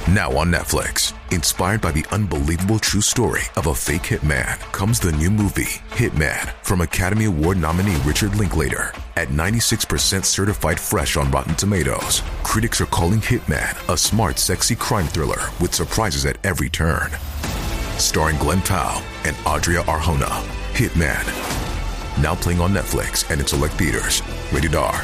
Now on Netflix, inspired by the unbelievable true story of a fake hitman, comes the new movie, Hitman, from Academy Award nominee Richard Linklater. At 96% certified fresh on Rotten Tomatoes, critics are calling Hitman a smart, sexy crime thriller with surprises at every turn. Starring Glenn Powell and Adria Arjona, Hitman. Now playing on Netflix and in select theaters. Rated R.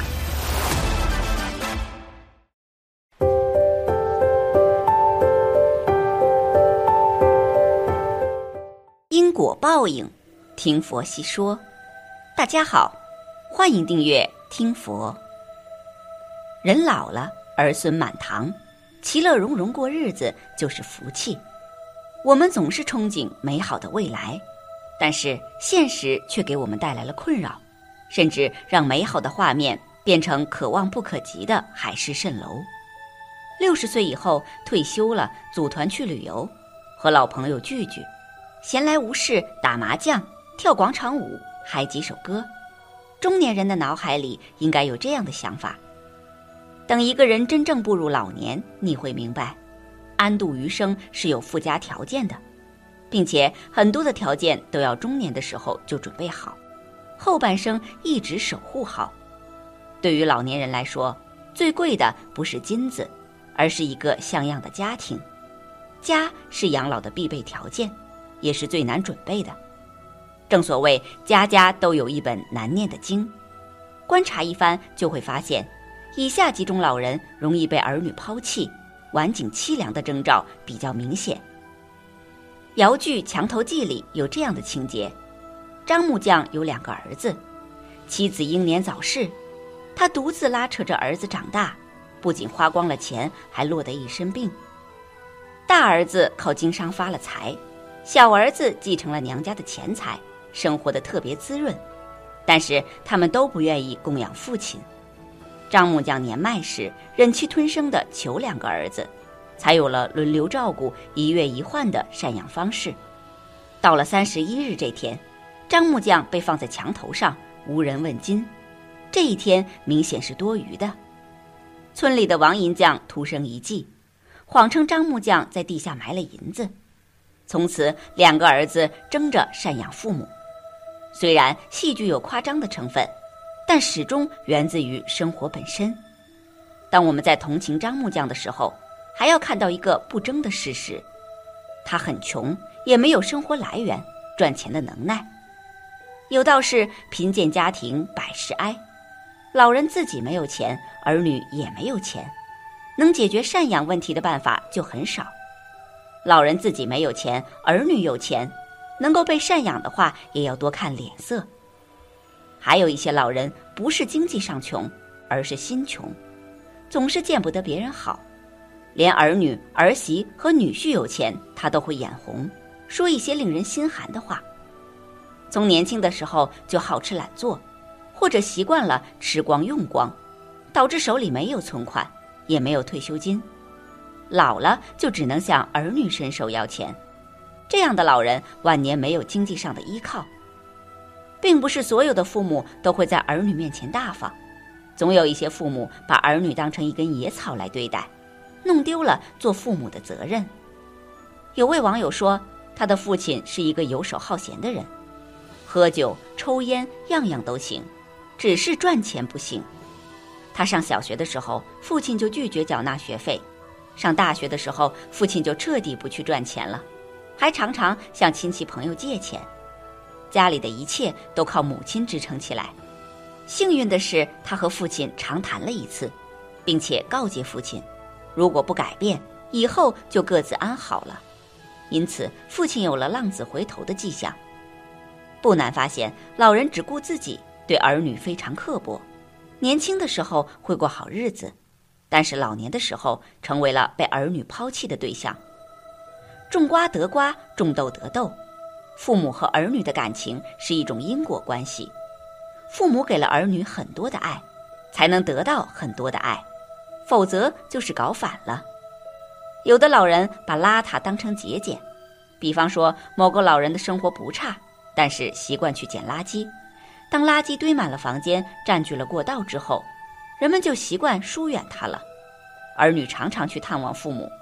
因果报应，听佛细说。大家好，欢迎订阅听佛。人老了，儿孙满堂，其乐融融过日子就是福气。我们总是憧憬美好的未来，但是现实却给我们带来了困扰，甚至让美好的画面变成可望不可及的海市蜃楼。60岁以后退休了，组团去旅游，和老朋友聚聚，闲来无事打麻将、跳广场舞、嗨几首歌。中年人的脑海里应该有这样的想法：等一个人真正步入老年，你会明白，安度余生是有附加条件的，并且很多的条件都要中年的时候就准备好，后半生一直守护好。对于老年人来说，最贵的不是金子，而是一个像样的家庭。家是养老的必备条件，也是最难准备的。正所谓家家都有一本难念的经，观察一番就会发现，以下几种老人容易被儿女抛弃，晚景凄凉的征兆比较明显。姚剧《墙头记》里有这样的情节：张木匠有2个儿子，妻子英年早逝，他独自拉扯着儿子长大，不仅花光了钱，还落得一身病。大儿子靠经商发了财，小儿子继承了娘家的钱财，生活得特别滋润，但是他们都不愿意供养父亲。张木匠年迈时忍气吞声地求2个儿子，才有了轮流照顾、一月一换的赡养方式。到了31日这天，张木匠被放在墙头上，无人问津。这一天明显是多余的。村里的王银匠徒生一计，谎称张木匠在地下埋了银子。从此2个儿子争着赡养父母。虽然戏剧有夸张的成分，但始终源自于生活本身。当我们在同情张木匠的时候，还要看到一个不争的事实：他很穷，也没有生活来源、赚钱的能耐。有道是贫贱家庭百事哀，老人自己没有钱，儿女也没有钱，能解决赡养问题的办法就很少。老人自己没有钱，儿女有钱，能够被赡养的话，也要多看脸色。还有一些老人不是经济上穷，而是心穷，总是见不得别人好，连儿女、儿媳和女婿有钱，他都会眼红，说一些令人心寒的话。从年轻的时候就好吃懒做，或者习惯了吃光用光，导致手里没有存款，也没有退休金。老了就只能向儿女伸手要钱，这样的老人晚年没有经济上的依靠。并不是所有的父母都会在儿女面前大方，总有一些父母把儿女当成一根野草来对待，弄丢了做父母的责任。有位网友说，他的父亲是一个游手好闲的人，喝酒抽烟样样都行，只是赚钱不行。他上小学的时候，父亲就拒绝缴纳学费，上大学的时候，父亲就彻底不去赚钱了，还常常向亲戚朋友借钱。家里的一切都靠母亲支撑起来。幸运的是，他和父亲长谈了一次，并且告诫父亲，如果不改变，以后就各自安好了。因此，父亲有了浪子回头的迹象。不难发现，老人只顾自己，对儿女非常刻薄。年轻的时候会过好日子，但是老年的时候成为了被儿女抛弃的对象。种瓜得瓜，种豆得豆。父母和儿女的感情是一种因果关系，父母给了儿女很多的爱，才能得到很多的爱，否则就是搞反了。有的老人把邋遢当成节俭，比方说某个老人的生活不差，但是习惯去捡垃圾，当垃圾堆满了房间，占据了过道之后，人们就习惯疏远他了。儿女常常去探望父母，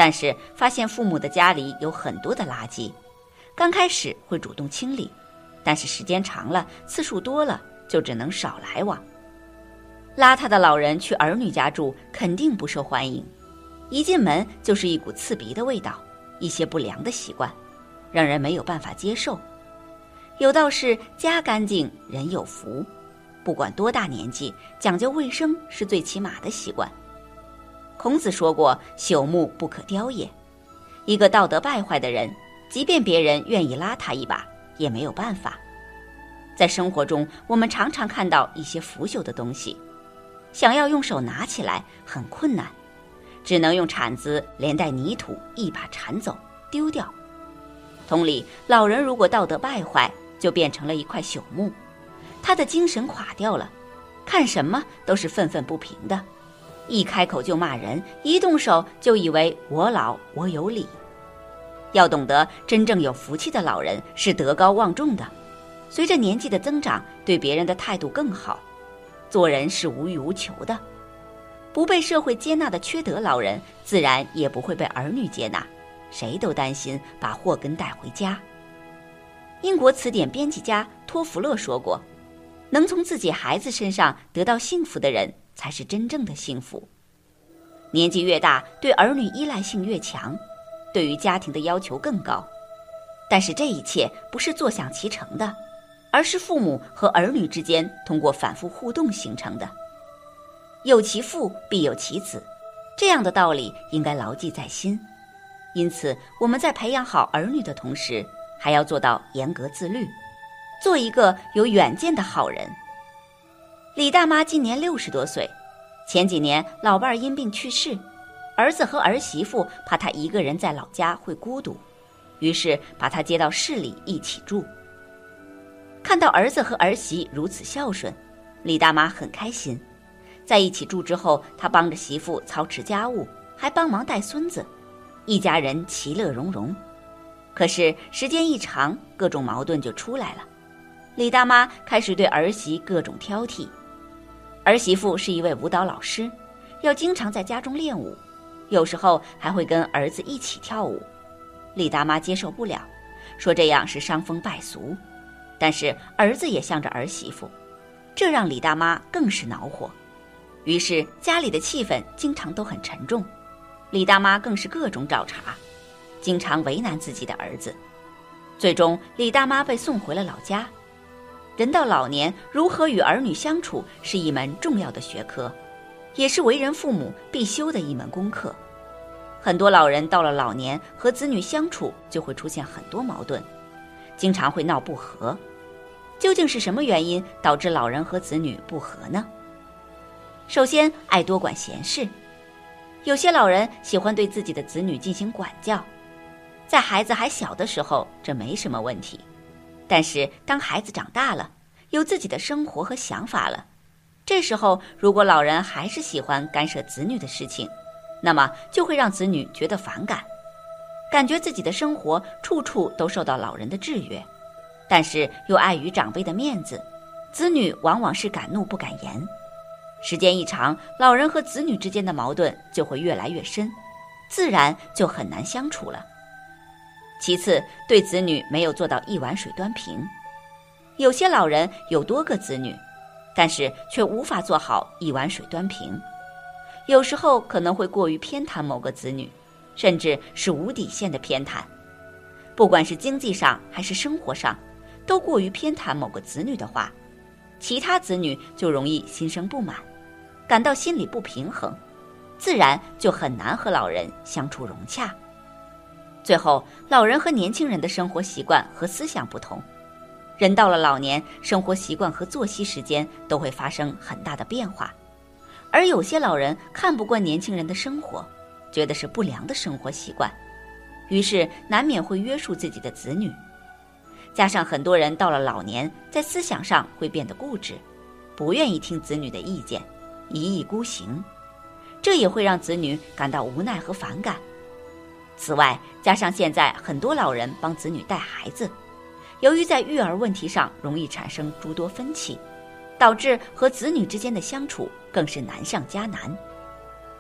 但是发现父母的家里有很多的垃圾，刚开始会主动清理，但是时间长了，次数多了，就只能少来往。邋遢的老人去儿女家住，肯定不受欢迎，一进门就是一股刺鼻的味道，一些不良的习惯，让人没有办法接受。有道是家干净人有福，不管多大年纪，讲究卫生是最起码的习惯。孔子说过，朽木不可雕也。一个道德败坏的人，即便别人愿意拉他一把，也没有办法。在生活中，我们常常看到一些腐朽的东西，想要用手拿起来很困难，只能用铲子连带泥土一把铲走丢掉。同理，老人如果道德败坏，就变成了一块朽木，他的精神垮掉了，看什么都是愤愤不平的，一开口就骂人，一动手就以为我老我有理。要懂得，真正有福气的老人是德高望重的，随着年纪的增长，对别人的态度更好，做人是无欲无求的。不被社会接纳的缺德老人，自然也不会被儿女接纳，谁都担心把祸根带回家。英国词典编辑家托弗勒说过，能从自己孩子身上得到幸福的人，才是真正的幸福。年纪越大，对儿女依赖性越强，对于家庭的要求更高。但是这一切不是坐享其成的，而是父母和儿女之间通过反复互动形成的。有其父必有其子，这样的道理应该牢记在心。因此，我们在培养好儿女的同时，还要做到严格自律，做一个有远见的好人。李大妈今年60多岁，前几年老伴儿因病去世，儿子和儿媳妇怕她一个人在老家会孤独，于是把她接到市里一起住。看到儿子和儿媳如此孝顺，李大妈很开心。在一起住之后，她帮着媳妇操持家务，还帮忙带孙子，一家人其乐融融。可是时间一长，各种矛盾就出来了。李大妈开始对儿媳各种挑剔。儿媳妇是一位舞蹈老师，要经常在家中练舞，有时候还会跟儿子一起跳舞。李大妈接受不了，说这样是伤风败俗。但是儿子也向着儿媳妇，这让李大妈更是恼火。于是家里的气氛经常都很沉重，李大妈更是各种找茬，经常为难自己的儿子。最终李大妈被送回了老家。人到老年，如何与儿女相处是一门重要的学科，也是为人父母必修的一门功课。很多老人到了老年，和子女相处就会出现很多矛盾，经常会闹不和。究竟是什么原因导致老人和子女不和呢？首先，爱多管闲事。有些老人喜欢对自己的子女进行管教，在孩子还小的时候，这没什么问题。但是当孩子长大了，有自己的生活和想法了，这时候如果老人还是喜欢干涉子女的事情，那么就会让子女觉得反感，感觉自己的生活处处都受到老人的制约，但是又碍于长辈的面子，子女往往是敢怒不敢言。时间一长，老人和子女之间的矛盾就会越来越深，自然就很难相处了。其次，对子女没有做到一碗水端平。有些老人有多个子女，但是却无法做好一碗水端平，有时候可能会过于偏袒某个子女，甚至是无底线的偏袒。不管是经济上还是生活上，都过于偏袒某个子女的话，其他子女就容易心生不满，感到心里不平衡，自然就很难和老人相处融洽。最后，老人和年轻人的生活习惯和思想不同，人到了老年，生活习惯和作息时间都会发生很大的变化，而有些老人看不惯年轻人的生活，觉得是不良的生活习惯，于是难免会约束自己的子女。加上很多人到了老年，在思想上会变得固执，不愿意听子女的意见，一意孤行，这也会让子女感到无奈和反感。此外，加上现在很多老人帮子女带孩子，由于在育儿问题上容易产生诸多分歧，导致和子女之间的相处更是难上加难。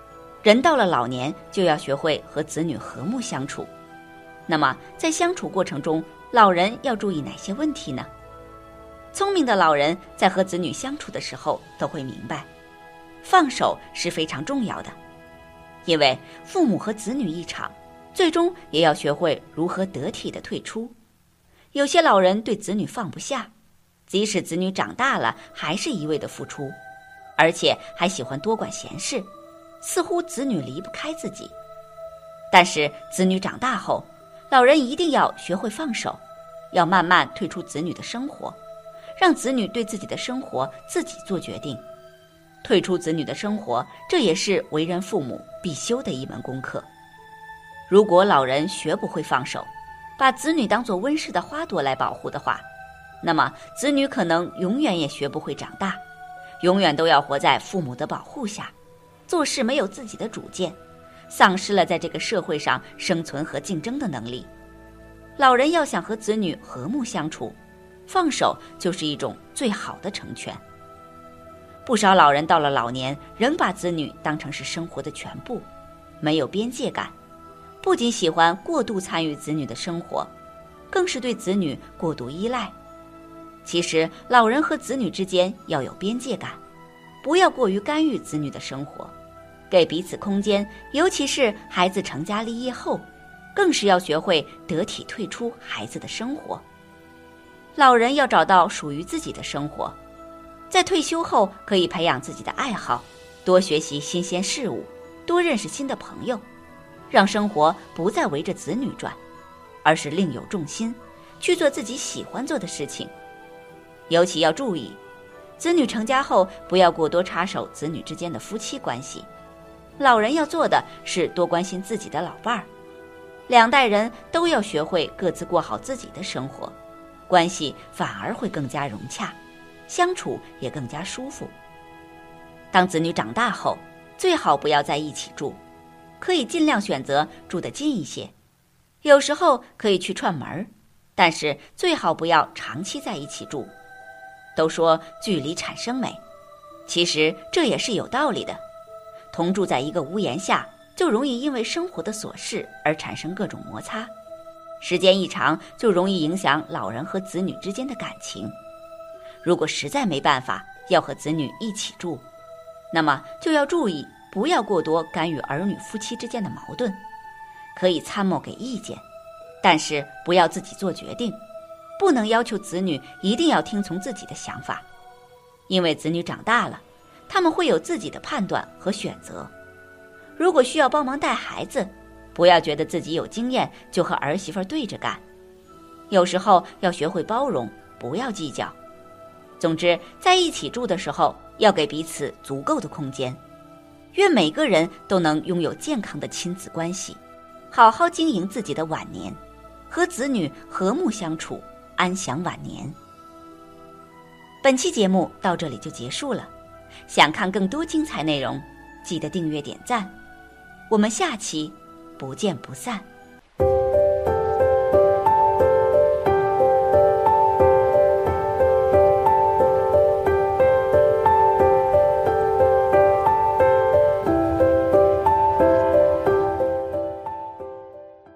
人到了老年就要学会和子女和睦相处。那么在相处过程中，老人要注意哪些问题呢？聪明的老人在和子女相处的时候都会明白，放手是非常重要的。因为父母和子女一场，最终也要学会如何得体的退出。有些老人对子女放不下，即使子女长大了还是一味的付出，而且还喜欢多管闲事，似乎子女离不开自己。但是子女长大后，老人一定要学会放手，要慢慢退出子女的生活，让子女对自己的生活自己做决定。退出子女的生活，这也是为人父母必修的一门功课。如果老人学不会放手，把子女当作温室的花朵来保护的话，那么子女可能永远也学不会长大，永远都要活在父母的保护下，做事没有自己的主见，丧失了在这个社会上生存和竞争的能力。老人要想和子女和睦相处，放手就是一种最好的成全。不少老人到了老年，仍把子女当成是生活的全部，没有边界感，不仅喜欢过度参与子女的生活，更是对子女过度依赖。其实，老人和子女之间要有边界感，不要过于干预子女的生活，给彼此空间，尤其是孩子成家立业后，更是要学会得体退出孩子的生活。老人要找到属于自己的生活，在退休后可以培养自己的爱好，多学习新鲜事物，多认识新的朋友，让生活不再围着子女转，而是另有重心，去做自己喜欢做的事情。尤其要注意，子女成家后不要过多插手子女之间的夫妻关系。老人要做的是多关心自己的老伴儿，两代人都要学会各自过好自己的生活，关系反而会更加融洽，相处也更加舒服。当子女长大后，最好不要在一起住，可以尽量选择住得近一些，有时候可以去串门，但是最好不要长期在一起住。都说距离产生美，其实这也是有道理的。同住在一个屋檐下，就容易因为生活的琐事而产生各种摩擦，时间一长就容易影响老人和子女之间的感情。如果实在没办法要和子女一起住，那么就要注意不要过多干预儿女夫妻之间的矛盾，可以参谋给意见，但是不要自己做决定，不能要求子女一定要听从自己的想法，因为子女长大了，他们会有自己的判断和选择。如果需要帮忙带孩子，不要觉得自己有经验就和儿媳妇对着干，有时候要学会包容，不要计较。总之，在一起住的时候，要给彼此足够的空间，愿每个人都能拥有健康的亲子关系，好好经营自己的晚年，和子女和睦相处，安享晚年。本期节目到这里就结束了，想看更多精彩内容，记得订阅点赞，我们下期不见不散。